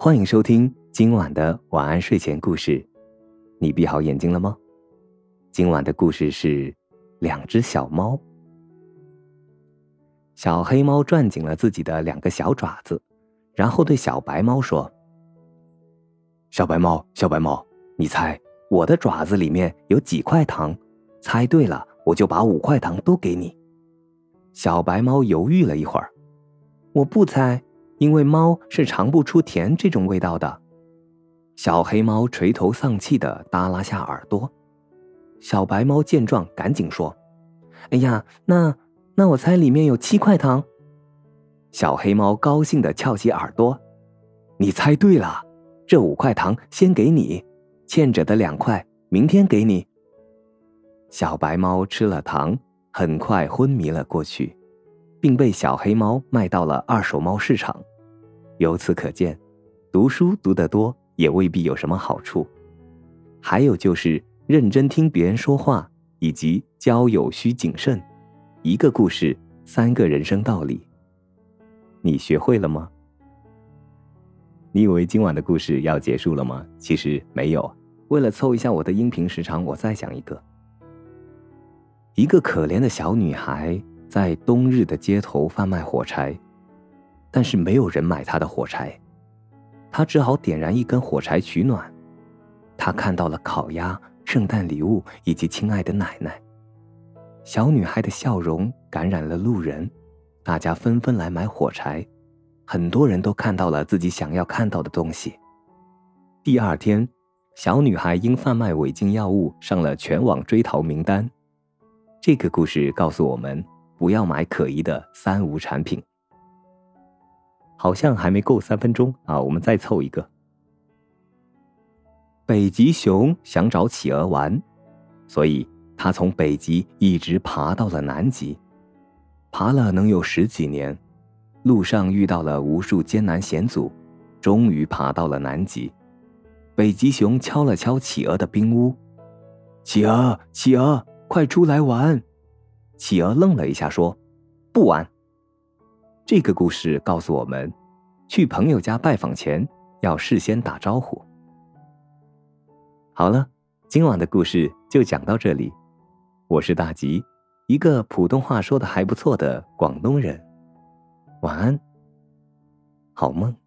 欢迎收听今晚的晚安睡前故事。你闭好眼睛了吗？今晚的故事是两只小猫。小黑猫攥紧了自己的两个小爪子，然后对小白猫说：小白猫，你猜我的爪子里面有几块糖？猜对了，我就把5块糖都给你。小白猫犹豫了一会儿，我不猜，因为猫是尝不出甜这种味道的。小黑猫垂头丧气地耷拉下耳朵。小白猫见状赶紧说：哎呀，那我猜里面有7块糖。小黑猫高兴地翘起耳朵：你猜对了，这5块糖先给你，欠着的2块明天给你。小白猫吃了糖，很快昏迷了过去，并被小黑猫卖到了二手猫市场。由此可见，读书读得多也未必有什么好处。还有就是认真听别人说话，以及交友需谨慎。一个故事，3个人生道理。你学会了吗？你以为今晚的故事要结束了吗？其实没有。为了凑一下我的音频时长，我再讲一个。一个可怜的小女孩在冬日的街头贩卖火柴，但是没有人买她的火柴，她只好点燃一根火柴取暖。她看到了烤鸭、圣诞礼物以及亲爱的奶奶。小女孩的笑容感染了路人，大家纷纷来买火柴，很多人都看到了自己想要看到的东西。第2天，小女孩因贩卖违禁药物上了全网追逃名单。这个故事告诉我们，不要买可疑的3无产品。好像还没够3分钟啊，我们再凑一个。北极熊想找企鹅玩，所以他从北极一直爬到了南极，爬了能有10几年，路上遇到了无数艰难险阻，终于爬到了南极。北极熊敲了敲企鹅的冰屋：企鹅，快出来玩！企鹅愣了一下说：不玩。这个故事告诉我们，去朋友家拜访前要事先打招呼。好了，今晚的故事就讲到这里。我是大吉，一个普通话说得还不错的广东人。晚安，好梦。